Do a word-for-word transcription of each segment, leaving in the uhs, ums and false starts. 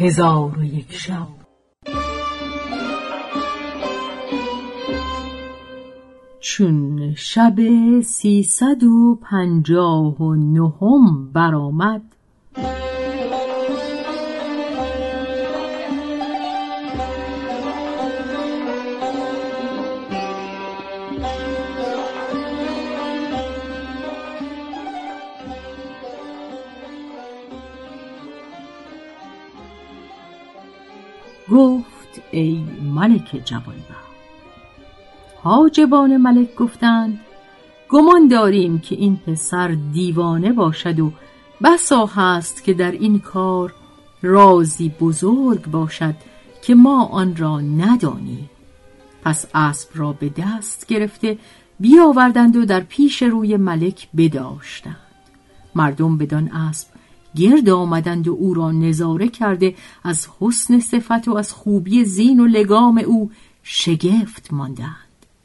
هزار و یک شب. چون شب سیصد و پنجاه و نهم برآمد، گفت ای ملک جوانبخت. حاجبان ملک گفتند گمان داریم که این پسر دیوانه باشد و بسا هست که در این کار رازی بزرگ باشد که ما آن را ندانیم. پس اسب را به دست گرفته بیاوردند و در پیش روی ملک بداشتند. مردم بدان اسب گرد آمدند و او را نظاره کرده از حسن صفت و از خوبی زین و لگام او شگفت ماندند.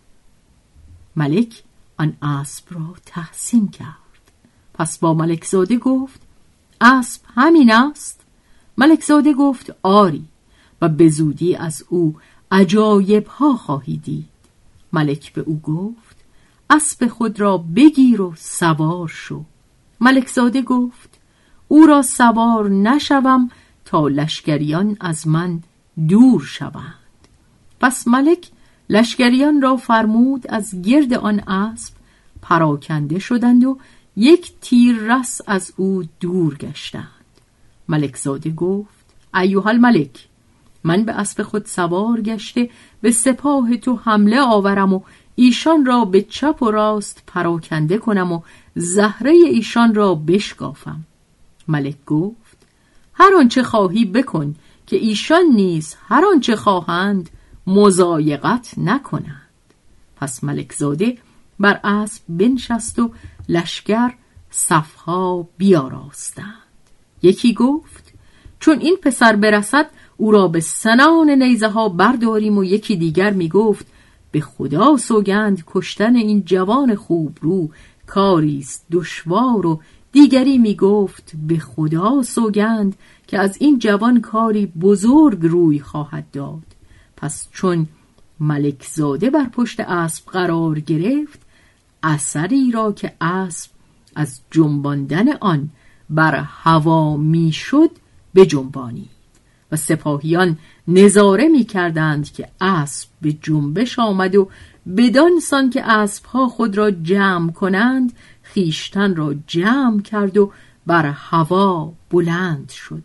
ملک آن اسب را تحسین کرد. پس با ملک زاده گفت اسب همین است؟ ملک زاده گفت آری، و به زودی از او عجایب ها خواهی دید. ملک به او گفت اسب خود را بگیر و سوار شو. ملک زاده گفت او را سوار نشوم تا لشکریان از من دور شوند. پس ملک لشکریان را فرمود از گرد آن اسب پراکنده شدند و یک تیررس از او دور گشتند. ملک زاده گفت ایها الملک، من به اسب خود سوار گشته به سپاه تو حمله آورم و ایشان را به چپ و راست پراکنده کنم و زهره ایشان را بشکافم. ملک گفت هر آنچه خواهی بکن که ایشان نیز هر آنچه خواهند مضایقت نکنند. پس ملک زاده بر اسب بنشست و لشکر صفها بیاراستند. یکی گفت چون این پسر برسد او را به سنان نیزه ها برداریم، و یکی دیگر می گفت به خدا سوگند کشتن این جوان خوب رو کاریست دشوار، و دیگری می گفت به خدا سوگند که از این جوان کاری بزرگ روی خواهد داد. پس چون ملک زاده بر پشت اسب قرار گرفت، اثری را که اسب از جنباندن آن بر هوا می شد به جنبانی و سپاهیان نظاره می کردند که اسب به جنبش آمد و بدان سان که اسبها خود را جمع کنند خیشتن را جمع کرد و بر هوا بلند شد.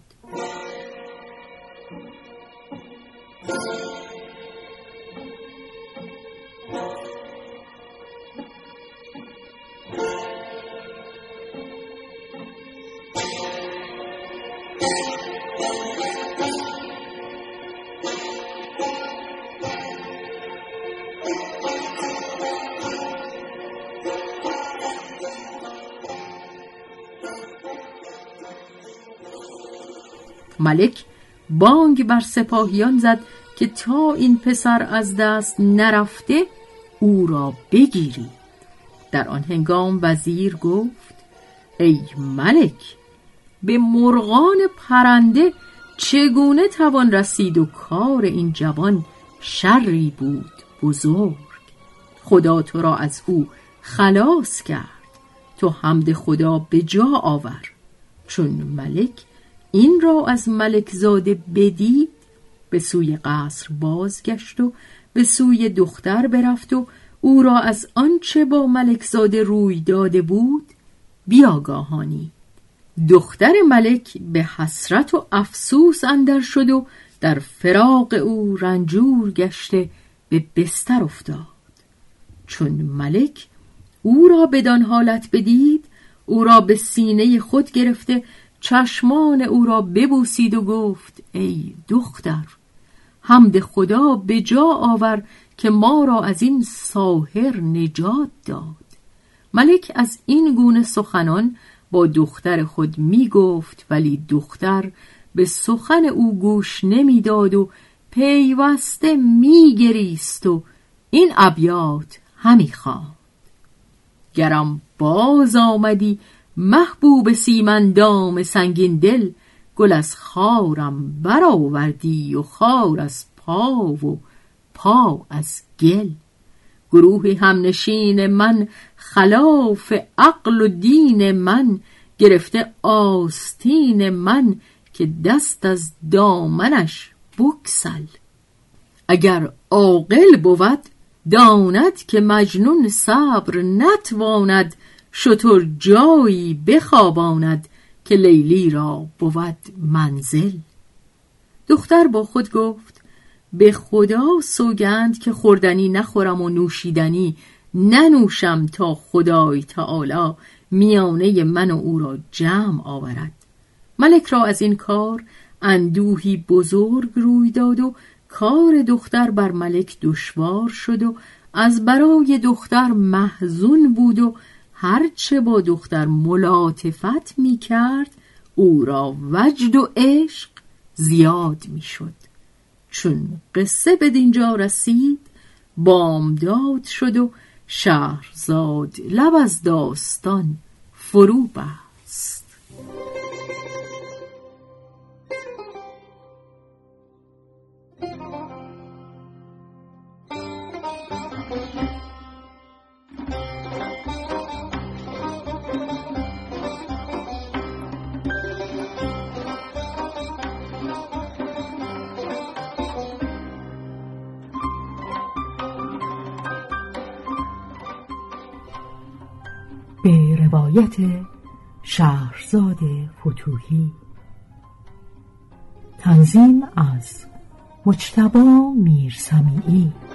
ملک بانگ بر سپاهیان زد که تا این پسر از دست نرفته او را بگیرید. در آن هنگام وزیر گفت ای ملک، به مرغان پرنده چگونه توان رسید و کار این جوان شری بود بزرگ. خدا تو را از او خلاص کرد، تو حمد خدا به جا آور. چون ملک این را از ملک زاده بدید به سوی قصر بازگشت و به سوی دختر برفت و او را از آنچه با ملک زاده روی داده بود بیاگاهانی. دختر ملک به حسرت و افسوس اندر شد و در فراق او رنجور گشته به بستر افتاد. چون ملک او را بدان حالت بدید، او را به سینه خود گرفته چشمان او را ببوسید و گفت ای دختر، حمد خدا به جا آور که ما را از این ساحر نجات داد. ملک از این گونه سخنان با دختر خود می گفت، ولی دختر به سخن او گوش نمی داد و پیوسته می گریست و این ابیات همی خواند: گرم باز آمدی محبوب سیمندام سنگین دل، گل از خارم برآوردی و خار از پا و پا از گل. گروهی همنشین من خلاف عقل و دین من، گرفته آستین من که دست از دامنش بگسل. اگر عاقل بود داند که مجنون صبر نتواند، شتر جایی بخواباند که لیلی را بود منزل. دختر با خود گفت به خدا سوگند که خوردنی نخورم و نوشیدنی ننوشم تا خدای تعالی میانه من و او را جمع آورد. ملک را از این کار اندوهی بزرگ روی داد و کار دختر بر ملک دشوار شد و از برای دختر محزون بود و هرچه با دختر ملاطفت می کرد او را وجد و عشق زیاد می شد. چون قصه به دینجا رسید بامداد شد و شهرزاد لب از داستان فرو بست. به روایت شهرزاد فتوحی. تنظیم از مجتبی میرسمیعی.